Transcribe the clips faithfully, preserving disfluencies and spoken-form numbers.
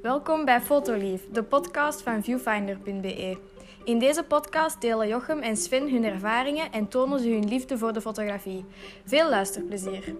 Welkom bij Fotolief, de podcast van viewfinder punt b e. In deze podcast delen Jochem en Sven hun ervaringen en tonen ze hun liefde voor de fotografie. Veel luisterplezier.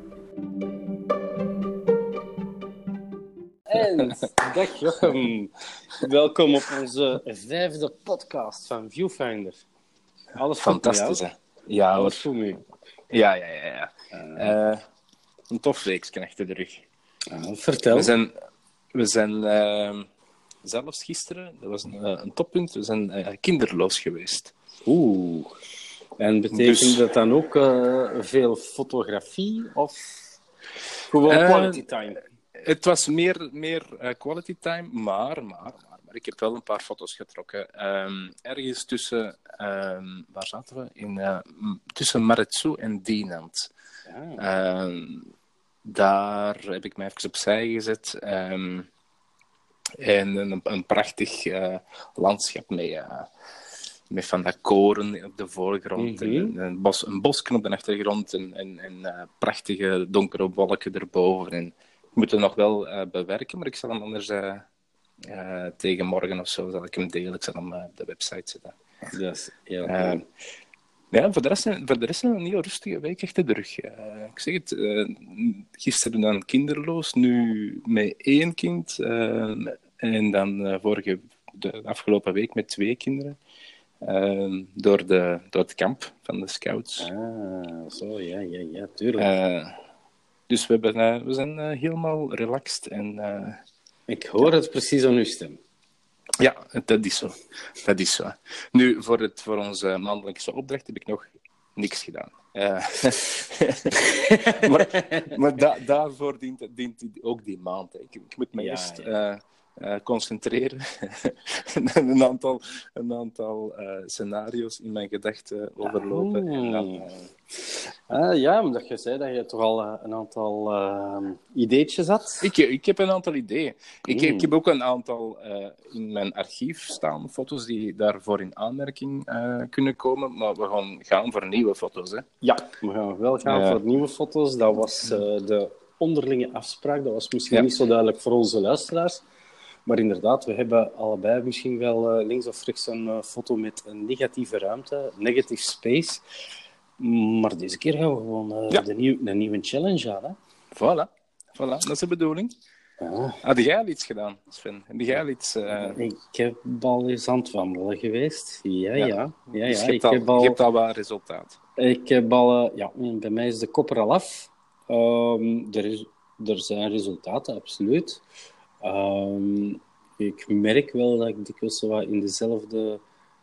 En dag Jochem, welkom op onze vijfde podcast van Viewfinder. Alles fantastisch, hè? Ja, hoor. Alles goed mee. Ja, ja, ja. ja. Uh, uh, een tof weekje achter de rug. Uh, vertel. We zijn, we zijn uh, zelfs gisteren, dat was een, uh, een toppunt, we zijn uh, kinderloos geweest. Oeh. En betekent dus... dat dan ook uh, veel fotografie of gewoon uh, quality time? Het was meer, meer uh, quality time, maar, maar, maar, maar ik heb wel een paar foto's getrokken. Um, ergens tussen, um, waar zaten we? In, uh, tussen Maretsu en Dinant. Ja. Um, daar heb ik mij even opzij gezet. Um, en een, een prachtig uh, landschap met, uh, met van dat koren op de voorgrond. Mm-hmm. En een, bos, een bosje op de achtergrond en, en, en uh, prachtige donkere wolken erboven. En, ik moet hem nog wel uh, bewerken, maar ik zal hem anders uh, uh, tegen morgen of zo zal ik hem delen. Ik zal hem uh, op de website zetten. Yes, heel uh, ja, voor de rest voor de rest een heel rustige week achter de rug. Uh, ik zeg het, uh, gisteren dan kinderloos, nu met één kind. Uh, en dan uh, vorige, de afgelopen week met twee kinderen. Uh, door, de, door het kamp van de scouts. Ah, zo, ja, ja, ja, tuurlijk. Uh, Dus we, hebben, uh, we zijn uh, helemaal relaxed. En, uh, ik hoor ja. het precies aan uw stem. Ja, dat is zo. Dat is zo. Nu, voor, het, voor onze maandelijkse opdracht heb ik nog niks gedaan. Uh, maar maar da, daarvoor dient, dient ook die maand. Hè. Ik, ik moet me ja, eerst ja. Uh, uh, concentreren. een aantal, een aantal uh, scenario's in mijn gedachten overlopen. Oh. En dan, uh, Uh, ja, omdat je zei dat je toch al uh, een aantal uh, ideetjes had. Ik, ik heb een aantal ideeën. Ik, mm. ik heb ook een aantal uh, in mijn archief staan, foto's die daarvoor in aanmerking uh, kunnen komen. Maar we gaan gaan voor nieuwe foto's. Hè? Ja, we gaan wel gaan uh, voor nieuwe foto's. Dat was uh, de onderlinge afspraak. Dat was misschien ja. niet zo duidelijk voor onze luisteraars. Maar inderdaad, we hebben allebei misschien wel uh, links of rechts een uh, foto met een negatieve ruimte, negative space. Maar deze keer gaan we gewoon uh, ja. de, nieuw, de nieuwe challenge aan. Hè? Voilà. voilà, dat is de bedoeling. Ja. Had jij al iets gedaan, Sven? Heb jij al iets... Uh... Ik heb al eens aan het wandelen geweest. Ja, ja. ja. ja, dus ja. je, hebt al, heb al... je hebt al wat resultaat. Ik heb al... Uh, ja, bij mij is de kopper al af. Um, er, is, er zijn resultaten, absoluut. Um, ik merk wel dat ik dikwijls wat in dezelfde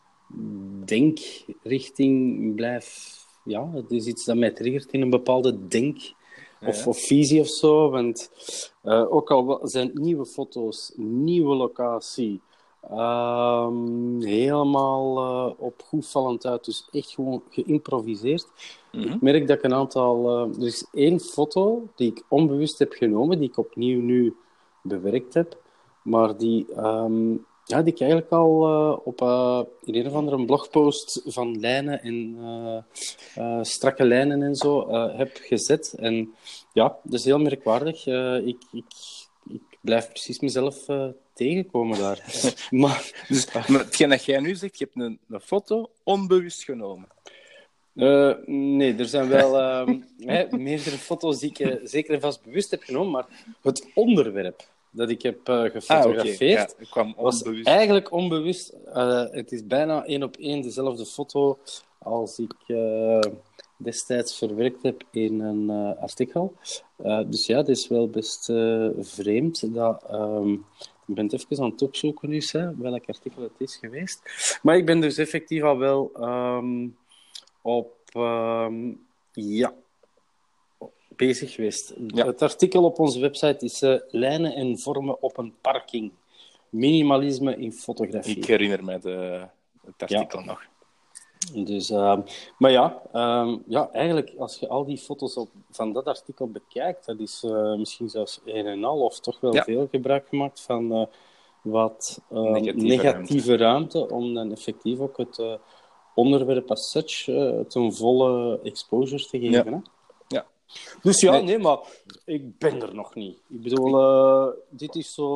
denkrichting blijf... Ja, het is iets dat mij triggert in een bepaalde denk of, ja. of visie of zo. Want uh, ook al zijn het nieuwe foto's, nieuwe locatie, um, helemaal uh, op goed vallend uit, dus echt gewoon geïmproviseerd. Mm-hmm. Ik merk dat ik een aantal... Uh, er is één foto die ik onbewust heb genomen, die ik opnieuw nu bewerkt heb, maar die... Um, Ja, die ik eigenlijk al uh, op uh, in een of andere blogpost van lijnen en uh, uh, strakke lijnen en zo uh, heb gezet. En ja, dat is heel merkwaardig. Uh, ik, ik, ik blijf precies mezelf uh, tegenkomen daar. maar, dus, maar hetgeen dat jij nu zegt, je hebt een, een foto onbewust genomen. Uh, nee, er zijn wel uh, hè, meerdere foto's die ik uh, zeker en vast bewust heb genomen, maar het onderwerp dat ik heb uh, gefotografeerd, ah, okay. ja, ik kwam was eigenlijk onbewust. Uh, het is bijna één op één dezelfde foto als ik uh, destijds verwerkt heb in een uh, artikel. Uh, dus ja, het is wel best uh, vreemd. Dat, um, ik ben het even aan het opzoeken nu, hè, welk artikel het is geweest. Maar ik ben dus effectief al wel um, op... Um, ja... bezig geweest. Ja. Het artikel op onze website is uh, Lijnen en vormen op een parking. Minimalisme in fotografie. Ik herinner me de, het artikel ja. nog. Dus, uh, maar ja, um, ja, eigenlijk als je al die foto's op, van dat artikel bekijkt, dat is uh, misschien zelfs een en al, of toch wel ja. veel gebruik gemaakt van uh, wat uh, negatieve, negatieve ruimte. ruimte, om dan effectief ook het uh, onderwerp as such uh, ten volle exposure te geven. Ja. Hè? Ja. Dus ja, nee. nee, maar ik ben er nog niet. Ik bedoel, uh, dit is zo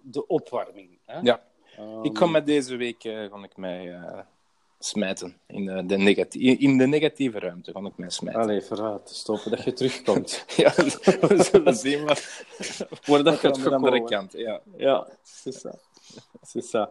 de opwarming. Hè? Ja. Um, Ik kan met deze week uh, kan ik mij uh, smijten. In, uh, de negati- in de negatieve ruimte kan ik mij smijten. Allee, vooruit. Stoppen dat je terugkomt. Ja, we zullen zien wat, Waar dat wat gaat aan de andere komen. kant. Ja, Ja, c'est ça. C'est ça.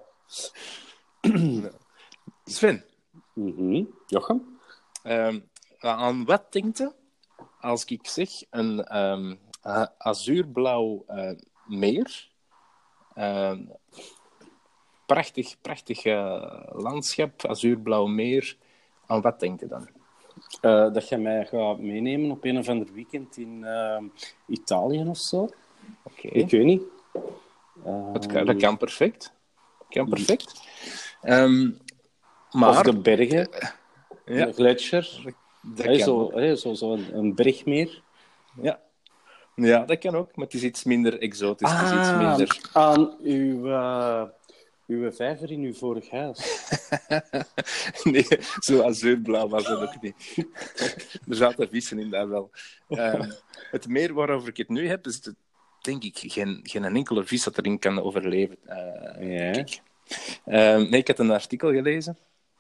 Sven, Mm-hmm. Jochem? um, aan wat denkt je als ik zeg een um, uh, azuurblauw uh, meer? Uh, prachtig, prachtig uh, landschap, azuurblauw meer. Aan wat denk je dan? Uh, dat je mij gaat meenemen op een of ander weekend in uh, Italië of zo. Okay. Ik weet niet. Dat kan, dat kan perfect. Kan perfect. Um, maar... Of de bergen. Ja. De gletsjer. Dat hey, kan zo, ook. hey, zo, zo een, een bergmeer. Ja. Ja, dat kan ook, maar het is iets minder exotisch. Ah, het is iets minder... aan uw, uh, uw vijver in uw vorig huis. Nee, zo azuurblauw was dat ook niet. Er zaten vissen in, dat wel. Um, het meer waarover ik het nu heb, is de, denk ik geen, geen enkele vis dat erin kan overleven. Uh, Ja. Kijk. Um, nee, ik had een artikel gelezen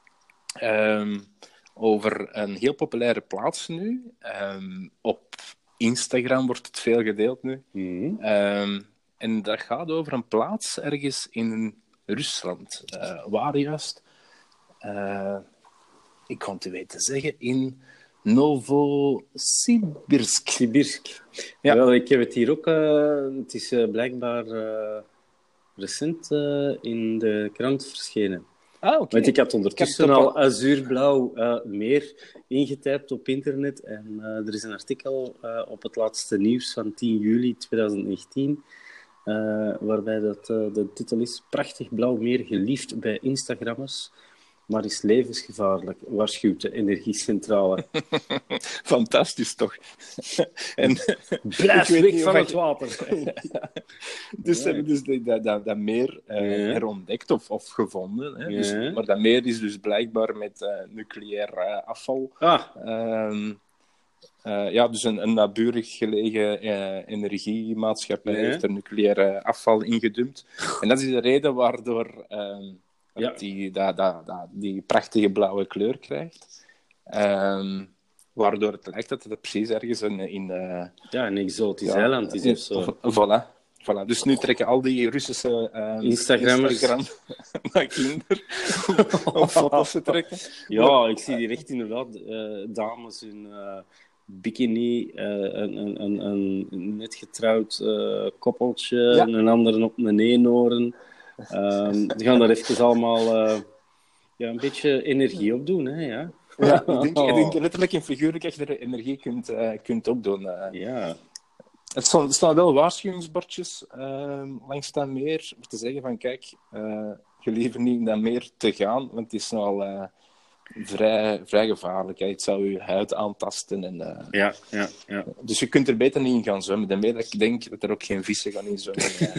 um, over een heel populaire plaats nu. Um, op Instagram wordt het veel gedeeld nu. Mm-hmm. Um, en dat gaat over een plaats ergens in Rusland. Uh, waar juist? Uh, ik kan het u weten zeggen. In Novosibirsk. Sibirsk. Ja. Wel, ik heb het hier ook... Uh, het is uh, blijkbaar uh, recent uh, in de krant verschenen. Ah, oké. Want ik had ondertussen Ik heb het al azuurblauw uh, meer ingetypt op internet. En uh, er is een artikel uh, op het laatste nieuws van tien juli tweeduizend negentien. Uh, waarbij dat, uh, de titel is: Prachtig blauw meer geliefd bij Instagrammers, maar is levensgevaarlijk, waarschuwt de energiecentrale. Fantastisch, toch? En, Blijf ik weet weg niet van of het ik- water. Dus ze Ja. hebben dus dat, dat, dat meer uh, Ja. herontdekt of, of gevonden. Hè? Dus, Ja. maar dat meer is dus blijkbaar met uh, nucleair uh, afval. Ah, Ehm, uh, ja, dus een, een naburig gelegen uh, energiemaatschappij Ja. heeft er nucleair afval ingedumpt. En dat is de reden waardoor um, Ja. die, dat, dat, dat, die prachtige blauwe kleur krijgt. Um, waardoor het lijkt dat het precies ergens in... in uh, ja, een exotisch ja, eiland is of zo. Voilà. Voilà. Dus nu trekken al die Russische uh, Instagrammers. Instagram naar kinderen om, om foto's te trekken. Ja, ik zie hier echt inderdaad uh, dames in uh, bikini, uh, een, een, een, een net getrouwd uh, koppeltje, Ja. en een ander op een eenhoorn. Um, die gaan daar even allemaal uh, ja, een beetje energie op doen, hè, ja. Ja, ik denk, ik denk letterlijk en figuurlijk dat je er energie kunt, uh, kunt opdoen. Uh. Ja. Er staan, er staan wel waarschuwingsbordjes uh, langs dat meer, om te zeggen van kijk, uh, je liever niet in dat meer te gaan, want het is nogal uh, vrij, vrij gevaarlijk. Hè. Het zou je huid aantasten. En, uh, Ja, ja, ja. dus je kunt er beter niet in gaan zwemmen. Daarmee dat ik denk dat er ook geen vissen gaan in zwemmen. Ja.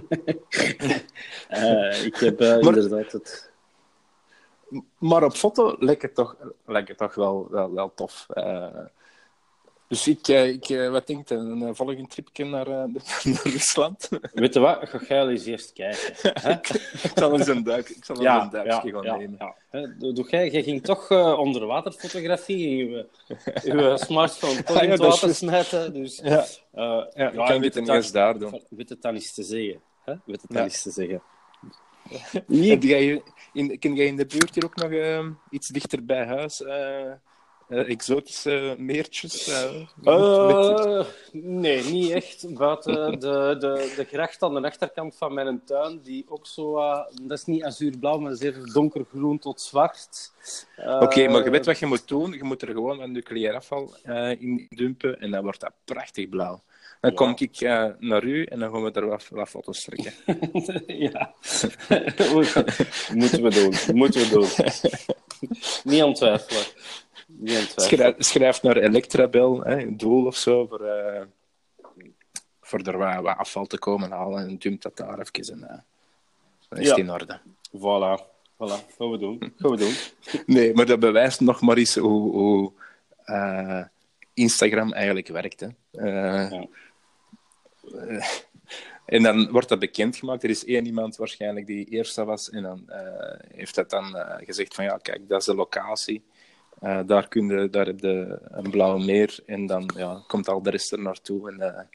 Uh, ik heb uh, Maar- inderdaad het... Maar op foto lijkt het toch, lijkt het toch wel, wel, wel tof. Uh, dus ik, uh, ik uh, wat denk je, een uh, volgend tripje naar, uh, naar Rusland? Weet je wat? Ga jij eens eerst kijken. Hè? Ik zal eens een duik, ik zal eens een duikje gaan ja, nemen. ja. Hè, doe doe jij, jij ging toch uh, onderwaterfotografie in je, je smartphone toch Ah, in ja, het dat is water juist. smijten. Dus, Ja, uh, ja, ik ja, kan weet beter het niet eens dan- daar doen. Weet het dan eens te zeggen. Hè? Weet het dan Ja. eens te zeggen. Heb jij hier in, ken jij in de buurt hier ook nog uh, iets dichter bij huis? Uh, uh, exotische meertjes? Uh, met- Uh, nee, niet echt. Buiten de, de, de gracht aan de achterkant van mijn tuin, die ook zo... Uh, dat is niet azuurblauw, maar zeer donkergroen tot zwart. Uh, Oké, okay, maar je weet wat je moet doen. Je moet er gewoon wat nucleair afval uh, in dumpen en dan wordt dat prachtig blauw. Dan Ja. kom ik uh, naar u en dan gaan we er wat, wat foto's trekken. Ja. Moeten we doen. Moeten we doen. Niet aan twijfelen. Niet aan twijfelen. Schrijf, schrijf naar Electrabel, hè, een doel of zo, voor, uh, voor er wat, wat afval te komen halen en dumpt dat daar even en uh, dan is Ja. het in orde. Voilà. Voilà. Gaan we doen. Gaan we doen. Nee, maar dat bewijst nog maar eens hoe, hoe uh, Instagram eigenlijk werkt. Hè. Uh, Ja. Uh, en dan wordt dat bekendgemaakt. Er is één iemand waarschijnlijk die eerste was. En dan uh, heeft dat dan uh, gezegd van ja, kijk, dat is de locatie. Uh, daar, kun je, daar heb je een blauwe meer. En dan ja, komt al de rest er naartoe. En uh,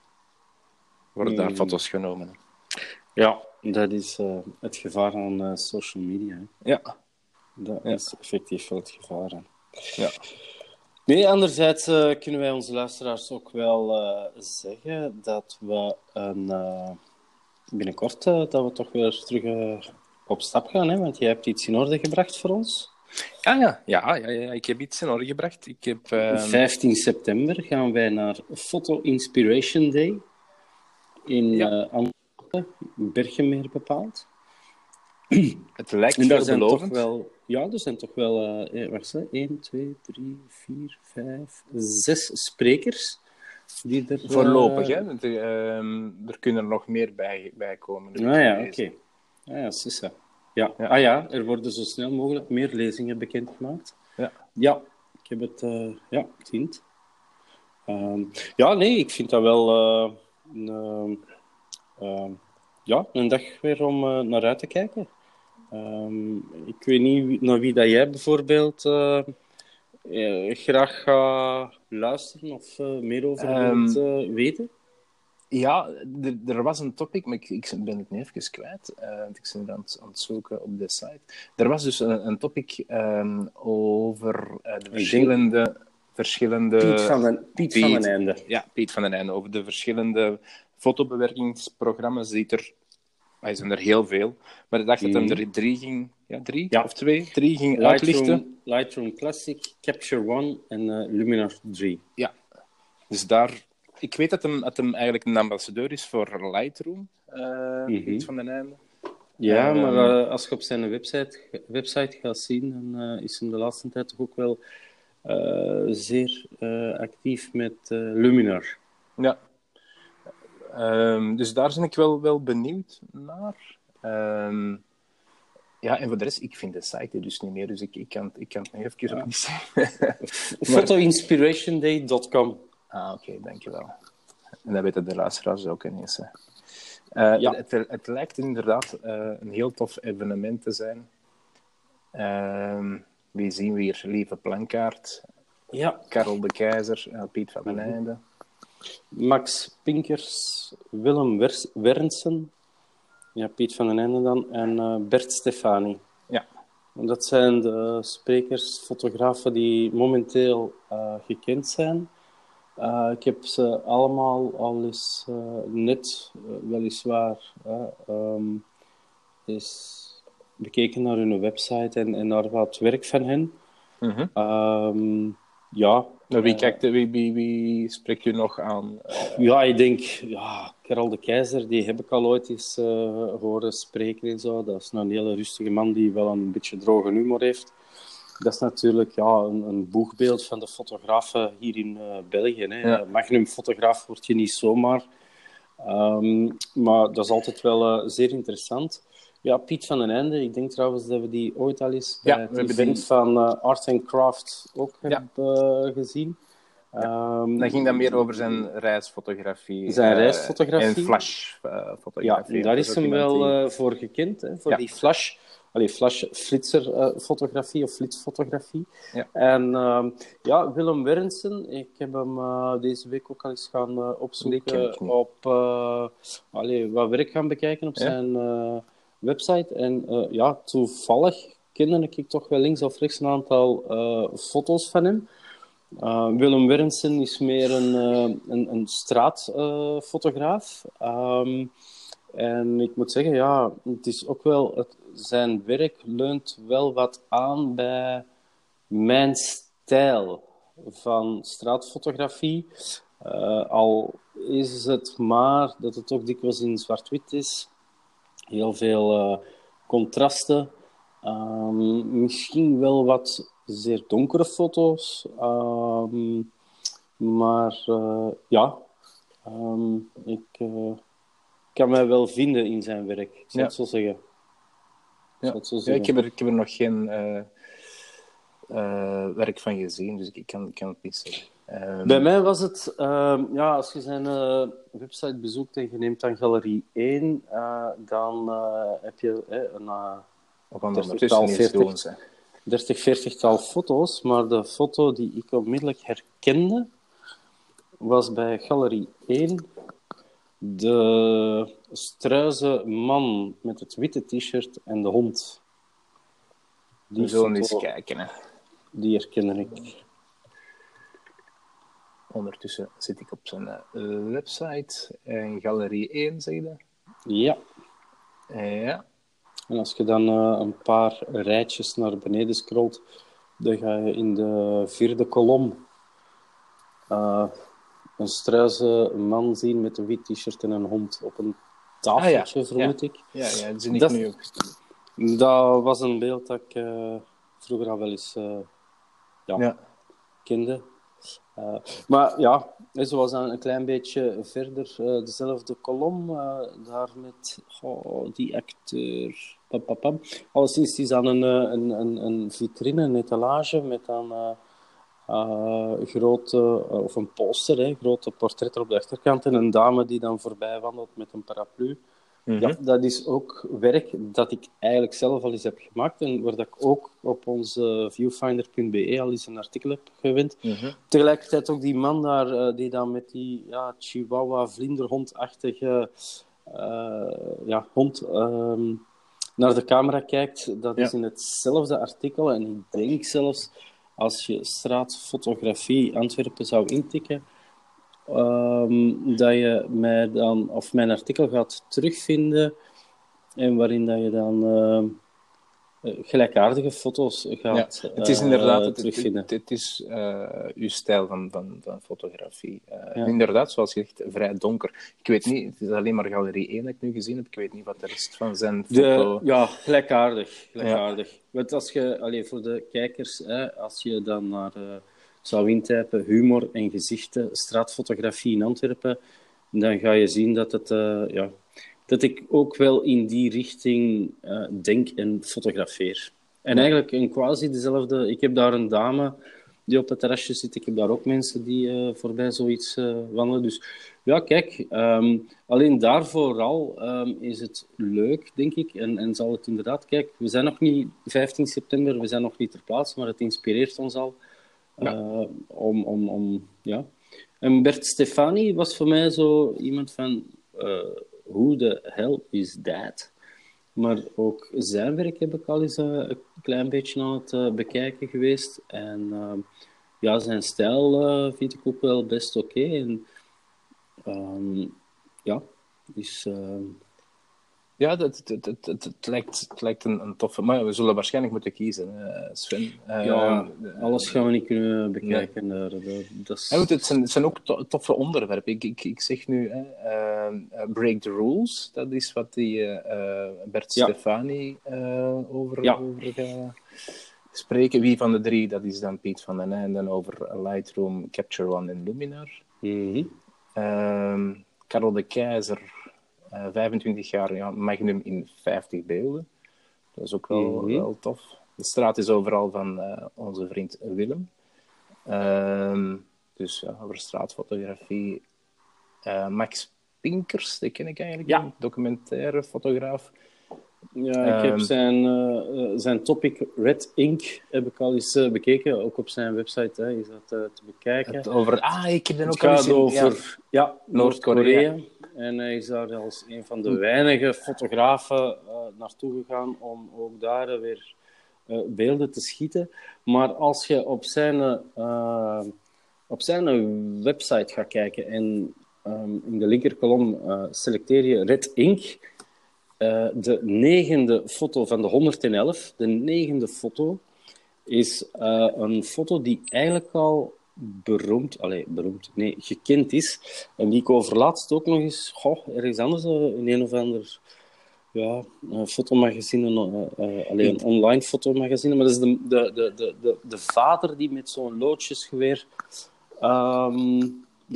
worden daar mm. foto's genomen. Ja, dat is uh, het gevaar aan uh, social media. Hè. Ja. Dat ja. is effectief wel het gevaar. Hè. Ja. Nee, anderzijds uh, kunnen wij onze luisteraars ook wel uh, zeggen dat we een, uh, binnenkort uh, dat we toch weer terug uh, op stap gaan. Hè? Want jij hebt iets in orde gebracht voor ons. Ah ja, ja, ja, ja ik heb iets in orde gebracht. Ik heb, uh... vijftien september gaan wij naar Photo Inspiration Day in ja. uh, Antwerpen, Bergenmeer bepaald. Het lijkt veelbelovend. Wel, ja, er zijn toch wel uh, wacht, één, twee, drie, vier, vijf, zes sprekers. Die er, Voorlopig, uh... hè? De, uh, er kunnen er nog meer bij, bij komen. Ah ja, oké. Okay. Ah ja, Sissa. Ja. Ja. Ah ja, er worden zo snel mogelijk meer lezingen bekendgemaakt. Ja. Ja, ik heb het uh, ja, gezien. Um, ja, nee, ik vind dat wel uh, een, uh, uh, ja, een dag weer om uh, naar uit te kijken. Um, ik weet niet wie, naar wie dat jij bijvoorbeeld uh, uh, graag gaat luisteren of uh, meer over um, wilt uh, weten. Ja, er, er was een topic, maar ik, ik ben het nu even kwijt. Uh, want ik ben aan het, aan het zoeken op de site. Er was dus een, een topic um, over uh, de verschillende... Denk... verschillende... Piet van den, Piet Piet, van den Einde. Ja, Piet van den Einde. Over de verschillende fotobewerkingsprogramma's die er... Hij zijn er heel veel. Maar ik dacht dat hem er drie ging... Ja, drie ja. of twee? Drie ging Lightroom, uitlichten. Lightroom Classic, Capture One en uh, Luminar drie. Ja. Dus daar... Ik weet dat hem, dat hem eigenlijk een ambassadeur is voor Lightroom. Uh, mm-hmm. Piet van den Einde. Ja, uh, maar uh, als je op zijn website, website gaat zien, dan uh, is hem de laatste tijd toch ook wel uh, zeer uh, actief met uh, Luminar. Ja. Um, dus daar ben ik wel, wel benieuwd naar. Um, ja, en voor de rest, ik vind de site dus niet meer, dus ik, ik, kan, ik kan het nog even ja. op niet zeggen. photo inspiration day dot com. Ah, oké, okay, dankjewel. En dat weten de luisteraars ook ineens. Uh, ja. het, het lijkt inderdaad uh, een heel tof evenement te zijn. Uh, wie zien we hier? Lieve Plankaart. Ja. Karel de Keizer, uh, Piet van den mm-hmm. Einde. Max Pinkers, Willem Wernsen, ja, Piet van den Einde dan, en uh, Bert Stefani. Ja. En dat zijn de sprekers, fotografen die momenteel uh, gekend zijn. Uh, ik heb ze allemaal al eens uh, net, uh, weliswaar, uh, um, eens bekeken naar hun website en, en naar wat werk van hen. Mm-hmm. Um, ja. Nou, wie, kijkt, wie, wie, wie spreekt u nog aan? Uh... Ja, ik denk, ja, Karel de Keizer, die heb ik al ooit eens uh, horen spreken en zo. Dat is een hele rustige man die wel een beetje droge humor heeft. Dat is natuurlijk ja, een, een boegbeeld van de fotografen hier in uh, België. Hè. Ja. Magnum-fotograaf word je niet zomaar. Um, maar dat is altijd wel uh, zeer interessant. Ja, Piet van den Einde. Ik denk trouwens dat we die ooit al eens bij ja, het event die... van uh, Art and Craft ook ja. hebben uh, gezien. Ja. Um, dan ging dat meer over zijn reisfotografie. Zijn uh, reisfotografie. En flashfotografie. Ja, daar is hem wel uh, voor gekend. Hè, voor ja. die flash... Allee, flash-flitser-fotografie uh, of flitsfotografie. Ja. En uh, ja, Willem Wernsen, ik heb hem uh, deze week ook al eens gaan uh, opzoeken op... Uh, allee, wat werk gaan bekijken op ja. zijn uh, website. En uh, ja, toevallig kende ik toch wel links of rechts een aantal uh, foto's van hem. Uh, Willem Wernsen is meer een, uh, een, een straatfotograaf. Uh, um, en ik moet zeggen, ja, het is ook wel... Het, zijn werk leunt wel wat aan bij mijn stijl van straatfotografie. Uh, al is het maar dat het ook dikwijls in zwart-wit is. Heel veel uh, contrasten. Um, misschien wel wat zeer donkere foto's. Um, maar uh, ja, um, ik uh, kan mij wel vinden in zijn werk. Ik zou ja. het zo zeggen. Ja. Ja, ik, heb er, ik heb er nog geen uh, uh, werk van gezien, dus ik kan, ik kan het niet zeggen. Um... Bij mij was het, uh, ja, als je zijn uh, website bezoekt en je neemt dan Galerie één, uh, dan uh, heb je uh, een uh, of dertigtal, veertig, dertig, veertigtal foto's, maar de foto die ik onmiddellijk herkende was bij Galerie één de struize man met het witte t-shirt en de hond. Die We zullen eens kijken. Hè. Die herkende ik. Ondertussen zit ik op zijn uh, website. Uh, Galerie één, zeg je? Ja. Uh, ja. En als je dan uh, een paar rijtjes naar beneden scrolt, dan ga je in de vierde kolom uh, een struize man zien met een wit t-shirt en een hond op een tafeltje, ah, ja. vermoed ja. ik. Ja, ja, dat zie ik dat, nu ook. Dat was een beeld dat ik uh, vroeger al wel eens uh, ja, ja. kende. Uh, maar ja, zo was dan een klein beetje verder uh, dezelfde kolom, uh, daar met oh, die acteur. Papapam. Alleszins is dan een, een, een, een vitrine, een etalage met dan uh, uh, grote, uh, of een poster, hè, grote portretten op de achterkant en een dame die dan voorbij wandelt met een paraplu. Mm-hmm. Ja, dat is ook werk dat ik eigenlijk zelf al eens heb gemaakt en waar dat ik ook op onze viewfinder punt b e al eens een artikel heb gewend. Mm-hmm. Tegelijkertijd ook die man daar, uh, die dan met die ja, chihuahua vlinderhondachtige uh, ja, hond um, naar de camera kijkt, dat ja. is in hetzelfde artikel. En ik denk zelfs, als je straatfotografie Antwerpen zou intikken, Um, dat je mij dan, of mijn artikel gaat terugvinden en waarin dat je dan uh, gelijkaardige foto's gaat ja, het is inderdaad, uh, terugvinden. Het, het, het is uh, uw stijl van, van, van fotografie. Uh, ja. Inderdaad, zoals je zegt, vrij donker. Ik weet niet, het is alleen maar Galerie één dat ik nu gezien heb. Ik weet niet wat de rest van zijn foto... De, ja, gelijkaardig. gelijkaardig. Ja. Want als je, allez, voor de kijkers, hè, als je dan naar... Uh, zou intypen humor en gezichten, straatfotografie in Antwerpen, dan ga je zien dat, het, uh, ja, dat ik ook wel in die richting uh, denk en fotografeer. En ja. eigenlijk een quasi dezelfde... Ik heb daar een dame die op het terrasje zit. Ik heb daar ook mensen die uh, voorbij zoiets uh, wandelen. Dus ja, kijk, um, alleen daarvoor al um, is het leuk, denk ik. En, en zal het inderdaad... Kijk, we zijn nog niet vijftien september, we zijn nog niet ter plaatse, maar het inspireert ons al. Ja. Uh, om, om, om, ja. En Bert Stefani was voor mij zo iemand van... Uh, hoe de hell is dat? Maar ook zijn werk heb ik al eens uh, een klein beetje aan het uh, bekijken geweest. En uh, ja, zijn stijl uh, vind ik ook wel best oké. Okay. En um, ja, dus... Uh, Ja, het, het, het, het, het, lijkt, het lijkt een, een toffe... Maar we zullen waarschijnlijk moeten kiezen, uh, Sven. Uh, ja, alles gaan we niet kunnen bekijken. Nee. Dat, dat is... ja, het, zijn, het zijn ook to, toffe onderwerpen. Ik, ik, ik zeg nu, uh, uh, Break the Rules. Dat is wat die uh, Bert ja. Stefani uh, over, ja. over gaat spreken. Wie van de drie, dat is dan Piet van den Einden over Lightroom, Capture One en Luminar. Mm-hmm. Uh, Karel de Keizer... Uh, vijfentwintig jaar, ja, Magnum in vijftig beelden. Dat is ook wel, mm-hmm. wel tof. De straat is overal van uh, onze vriend Willem. Uh, dus ja, over straatfotografie. Uh, Max Pinkers, die ken ik eigenlijk ja. niet. Documentaire fotograaf. Ja, ik um, heb zijn, uh, zijn topic Red Ink heb ik al eens uh, bekeken. Ook op zijn website hè, is dat uh, te bekijken. Het over, ah, ik heb dan ook het al gaat over ja, ja, Noord-Korea. Noord-Korea. En hij is daar als een van de weinige fotografen uh, naartoe gegaan om ook daar uh, weer uh, beelden te schieten. Maar als je op zijn, uh, op zijn website gaat kijken en um, in de linkerkolom uh, selecteer je Red Ink, uh, de negende foto van de honderdelf, de negende foto, is uh, een foto die eigenlijk al beroemd, allee, beroemd, nee, gekend is. En die ik overlaatst ook nog eens, goh, ergens anders, in een of ander ja, uh, fotomagazine, uh, uh, alleen een online fotomagazine, maar dat is de, de, de, de, de vader die met zo'n loodjesgeweer um, ja,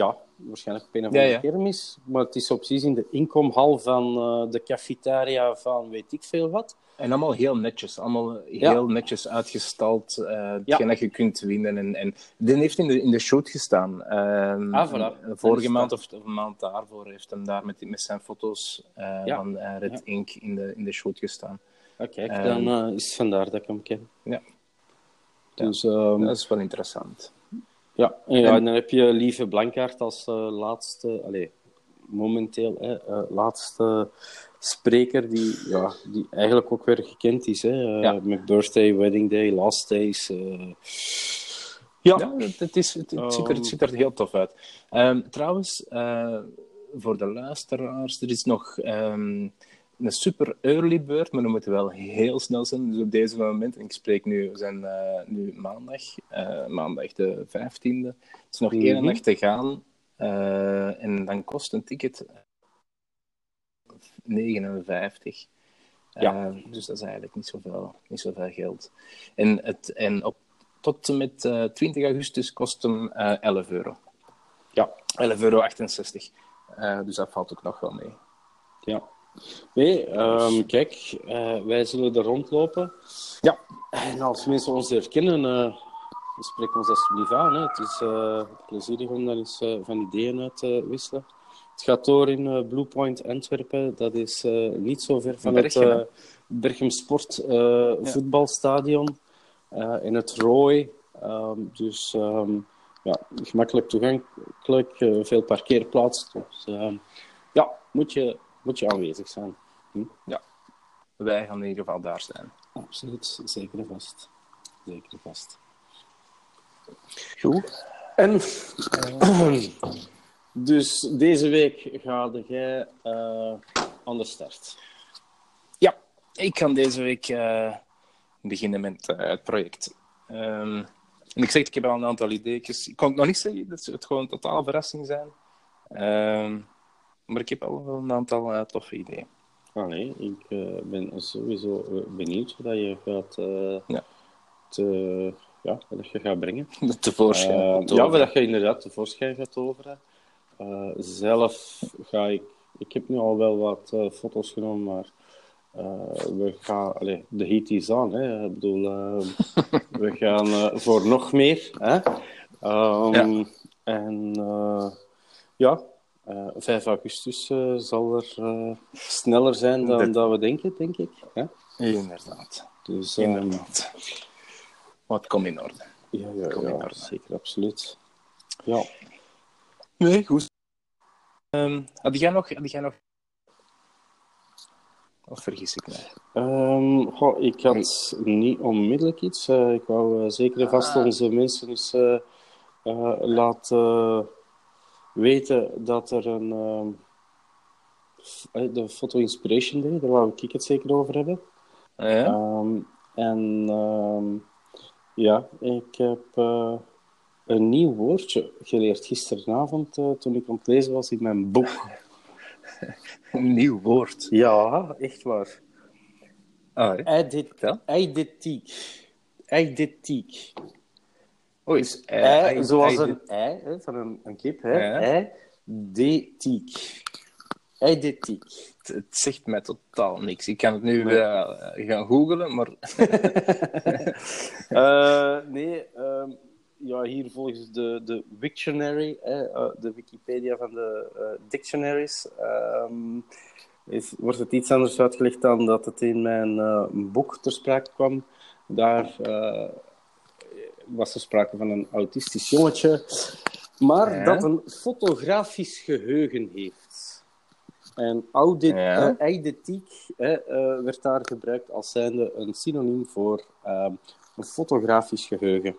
waarschijnlijk op een of Ja, andere ja. kermis. Maar het is zo precies in de inkomhal van uh, de cafetaria van weet ik veel wat. En allemaal heel netjes. Allemaal heel Ja. netjes uitgestald. Uh, hetgeen Ja. dat je kunt winnen. En, en die heeft in de, in de shoot gestaan. Uh, Ah, voilà. Vorige maand of, of een maand daarvoor heeft hem daar met, met zijn foto's uh, Ja. van uh, Red Ja. Ink in de, in de shoot gestaan. Ah, kijk, Um, dan uh, is het vandaar dat ik hem ken. Ja. Dus, ja. um, dat is wel interessant. Ja, en, ja, en, en dan heb je Lieve Blankaert als uh, laatste, allez, momenteel hè, uh, laatste spreker die, ja, die eigenlijk ook weer gekend is. Hè, uh, ja. Met Birthday, Wedding Day, Last Days. Uh... Ja, ja het, het, is, het, het, ziet er, het um... ziet er heel tof uit. Um, trouwens, uh, voor de luisteraars, er is nog um, een super early bird, maar dan moeten we wel heel snel zijn. Dus op deze moment, en ik spreek nu, we zijn uh, nu maandag, uh, maandag de vijftiende. Het is nog mm-hmm. één nacht te gaan. Uh, en dan kost een ticket negenenvijftig. Ja. Uh, dus dat is eigenlijk niet zoveel, niet zoveel geld. En, het, en op, tot en met uh, twintig augustus kost hem uh, elf euro. Ja, elf euro achtenzestig. Uh, dus dat valt ook nog wel mee. Ja. Nee, um, kijk, uh, wij zullen er rondlopen. Ja. En als mensen ons herkennen, uh, spreek ons alsjeblieft aan. Hè. Het is uh, plezierig om daar eens uh, van ideeën uit te wisselen. Het gaat door in uh, Blue Point Antwerpen. Dat is uh, niet zo ver van Berchem, het uh, Berchem Sport uh, ja. voetbalstadion. Uh, in het Rooi. Um, dus um, ja, gemakkelijk toegankelijk. Uh, veel parkeerplaatsen. Dus uh, ja, moet je, moet je aanwezig zijn. Hm? Ja, wij gaan in ieder geval daar zijn. Absoluut, zeker en vast. Zeker en vast. Goed. En... Uh, Dus deze week ga jij uh, aan de start. Ja, ik ga deze week uh, beginnen met uh, het project. Um, en ik zeg, ik heb al een aantal ideetjes. Ik kan het nog niet zeggen dat het gewoon een totale verrassing zijn. Um, maar ik heb al wel een aantal uh, toffe ideeën. Ah nee, ik uh, ben sowieso uh, benieuwd wat je gaat, uh, ja. te, ja, wat je gaat brengen. Tevoorschijn. Uh, ja, wat je inderdaad tevoorschijn gaat toveren. Uh, zelf ga ik... Ik heb nu al wel wat uh, foto's genomen, maar uh, we gaan... Allez, de heat is aan, hè. Ik bedoel, uh, we gaan uh, voor nog meer, hè. Um, ja. En uh, ja, uh, vijf augustus uh, zal er uh, sneller zijn dan dat we denken, denk ik. Hè? Inderdaad. Dus, um, Inderdaad. Wat komt in orde. Ja, ja, kom ja, in orde. Zeker, absoluut. Ja. Nee, goed. Um, had jij nog... Had jij nog... Of vergis ik mij? Um, goh, ik had nee. niet onmiddellijk iets. Uh, ik wou uh, zeker en vast ah. onze mensen eens uh, uh, laten weten dat er een... Uh, de Photo Inspiration Day, daar wou ik het zeker over hebben. Ah, ja? Um, en um, ja, ik heb... Uh, een nieuw woordje geleerd gisteravond uh, toen ik aan het lezen was in mijn boek. Een nieuw woord? Ja, echt waar. Ah, Eidetiek. Eidetiek. Oh, is ei, ei, zoals ei, een ei hè, van een, een kip. Hè? Ja. Eidetiek. Eidetiek. Het, het zegt mij totaal niks. Ik kan het nu nee. uh, gaan googlen, maar... uh, nee, um, ja, hier volgens de, de Wiktionary, eh, uh, de Wikipedia van de uh, dictionaries, um, is, wordt het iets anders uitgelegd dan dat het in mijn uh, boek ter sprake kwam. Daar uh, was er sprake van een autistisch jongetje, maar ja. dat een fotografisch geheugen heeft. En audit, ja. uh, eidetiek eh, uh, werd daar gebruikt als zijnde een synoniem voor uh, een fotografisch geheugen.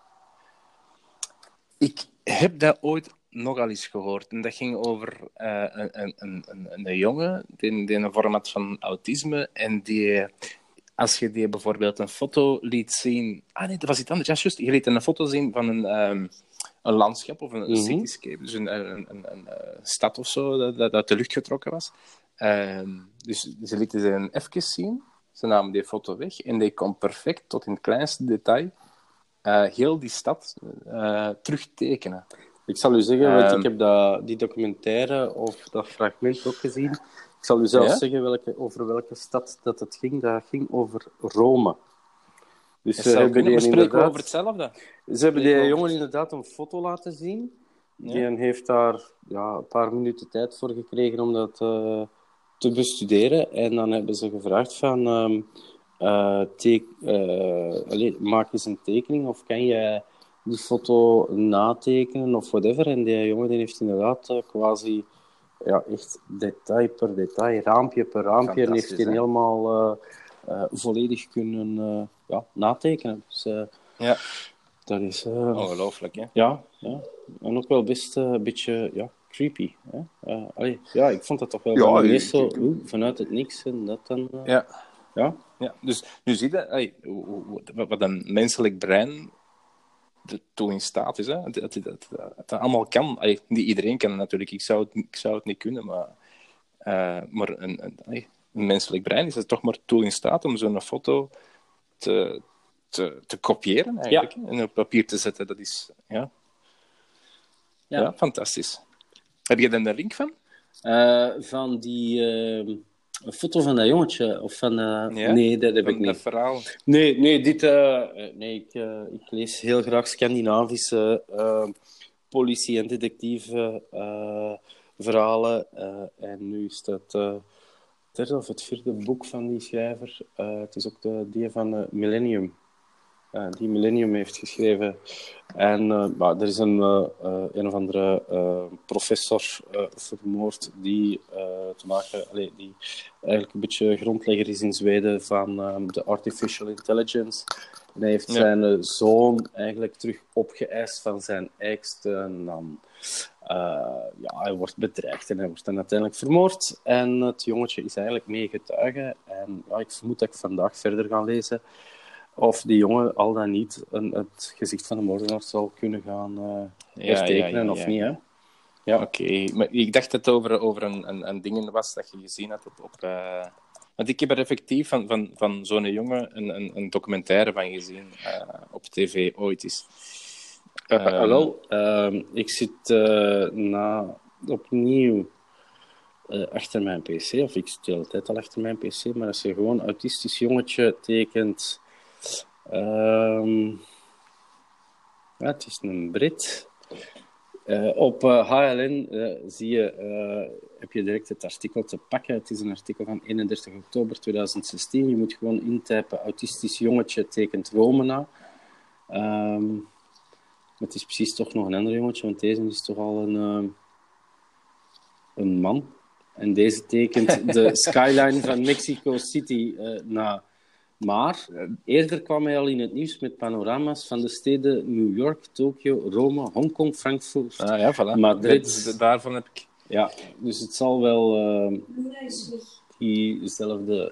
Ik heb dat ooit nogal eens gehoord. En dat ging over uh, een, een, een, een jongen die, die een vorm had van autisme. En die, als je die bijvoorbeeld een foto liet zien... Ah nee, dat was iets anders. Ja, juist. Je liet een foto zien van een, um, een landschap of een, een mm-hmm. cityscape. Dus een, een, een, een, een stad of zo dat, dat uit de lucht getrokken was. Um, dus ze lieten ze een even zien. Ze namen die foto weg. En die kon perfect tot in het kleinste detail... Uh, heel die stad uh, terugtekenen. Ik zal u zeggen, want Um, ik heb dat, die documentaire of dat fragment ook gezien. Ik zal u zelfs Ja? zeggen welke, over welke stad dat het ging. Dat ging over Rome. Dus Het ze zou hebben kunnen, die maar spreken we inderdaad... over hetzelfde? Ze hebben Spreken we die over- jongen inderdaad een foto laten zien. Die Ja. heeft daar ja, een paar minuten tijd voor gekregen om dat eh, te bestuderen. En dan hebben ze gevraagd van... ehm, eh, teek- eh, allee, maak eens een tekening of kan jij die foto natekenen of whatever. En die jongen die heeft inderdaad eh, quasi... Ja, echt detail per detail, raampje per raampje. En heeft Fantastisch, hij hè? helemaal eh, eh, volledig kunnen eh, ja, natekenen. Dus eh, Ja, dat is... eh, ongelooflijk, hè? ja, ja, en ook wel best eh, een beetje ja, creepy. Hè? Eh, allee, ja, ik vond dat toch wel Ja, van ik- ineens zo ik- oeh, vanuit het niks en dat dan. eh, Ja. ja. Ja, dus nu zie je hey, hoe- hoe- wat wat een menselijk brein toe in staat is. Hè? Dat, dat, dat, dat allemaal kan. Hey, niet iedereen kan het natuurlijk. Ik zou het, ik zou het niet kunnen, maar, uh, maar een, een, hey, een menselijk brein is er toch maar toe in staat om zo'n foto te, te, te kopiëren eigenlijk, Ja. hè? En op papier te zetten. Dat is ja, Ja. ja, fantastisch. Heb je daar een link van? Uh, van die uh, een foto van dat jongetje of van uh, Ja? nee, dat heb van ik niet. Dat verhaal. Nee, nee, dit uh, nee, ik, uh, ik lees heel graag Scandinavische uh, politie- en detectieve uh, verhalen uh, en nu is dat uh, het derde of het vierde boek van die schrijver. Uh, het is ook de, die van uh, Millennium. Uh, die Millennium heeft geschreven. En uh, bah, er is een, uh, uh, een of andere uh, professor uh, vermoord die uh, te maken, allez, die eigenlijk een beetje grondlegger is in Zweden van um, de artificial intelligence. En hij heeft ja. zijn uh, zoon eigenlijk terug opgeëist van zijn ex. En dan, uh, ja, hij wordt bedreigd en hij wordt dan uiteindelijk vermoord. En het jongetje is eigenlijk mee getuige. En ja, ik vermoed dat ik vandaag verder ga lezen. Of die jongen al dan niet een, het gezicht van de moordenaar zal kunnen gaan uh, hertekenen ja, ja, ja, of ja. niet. Hè? Ja. Oké, okay. Maar ik dacht dat het over, over een, een, een ding was dat je gezien had op... op uh... Want ik heb er effectief van, van, van zo'n jongen een, een, een documentaire van gezien uh, op tv ooit eens. Uh, um... Hallo, uh, ik zit uh, na, opnieuw uh, achter mijn pc, of ik zit de hele tijd al achter mijn pc, maar als je gewoon een autistisch jongetje tekent... Um, ja, het is een Brit. Uh, op uh, H L N uh, zie je, uh, heb je direct het artikel te pakken. Het is een artikel van eenendertig oktober tweeduizend zestien. Je moet gewoon intypen: autistisch jongetje tekent Rome na. Um, het is precies toch nog een ander jongetje, want deze is toch al een, uh, een man. En deze tekent de skyline van Mexico City uh, na. Maar eerder kwam hij al in het nieuws met panorama's van de steden New York, Tokio, Rome, Hongkong, Frankfurt, ah, ja, voilà. Madrid. Dat, daarvan heb ik... Ja, dus het zal wel uh, diezelfde,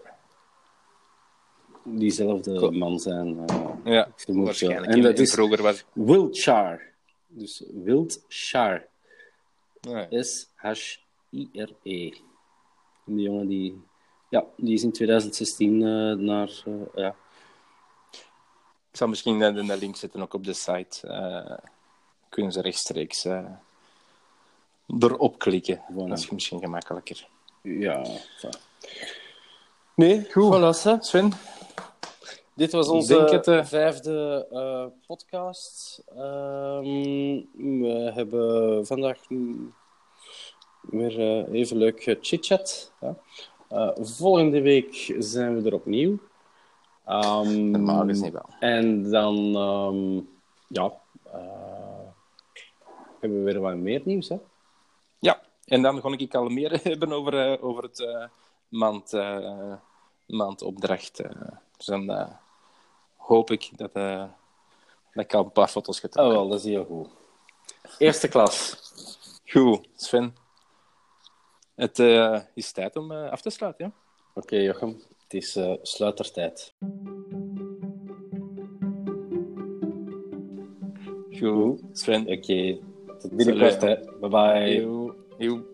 diezelfde cool. man zijn. Uh, ja, waarschijnlijk. En dat en is vroeger was... Wiltshire. Dus Wiltshire. Ah, ja. S H I R E. En die jongen die... Ja, die is in tweeduizend zestien uh, naar... Uh, ja. Ik zal misschien de, de link zetten ook op de site. Uh, kunnen ze rechtstreeks uh, erop klikken. Voilà. Dat is misschien gemakkelijker. Ja. Enfin. Nee, goed. Voilà, Sven. Dit was onze het, uh... vijfde uh, podcast. Um, we hebben vandaag weer uh, even leuk gechitchat. Ja. Uh, volgende week zijn we er opnieuw. Um, Normaal is niet wel. En dan um, ja, uh, hebben we weer wat meer nieuws. Hè? Ja, en dan ga ik al meer hebben over, uh, over het uh, maand, uh, maandopdracht. Uh, dus dan uh, hoop ik dat, uh, dat ik al een paar foto's ga trekken. Oh, wel, dat is heel goed. Eerste klas. Goed, Sven. Het uh, is tijd om uh, af te sluiten, ja? Oké, okay, Jochem. Het is uh, sluitertijd. Goed, Sven. Oké. Okay. Tot binnenkort, hè. Bye-bye. Yo, yo.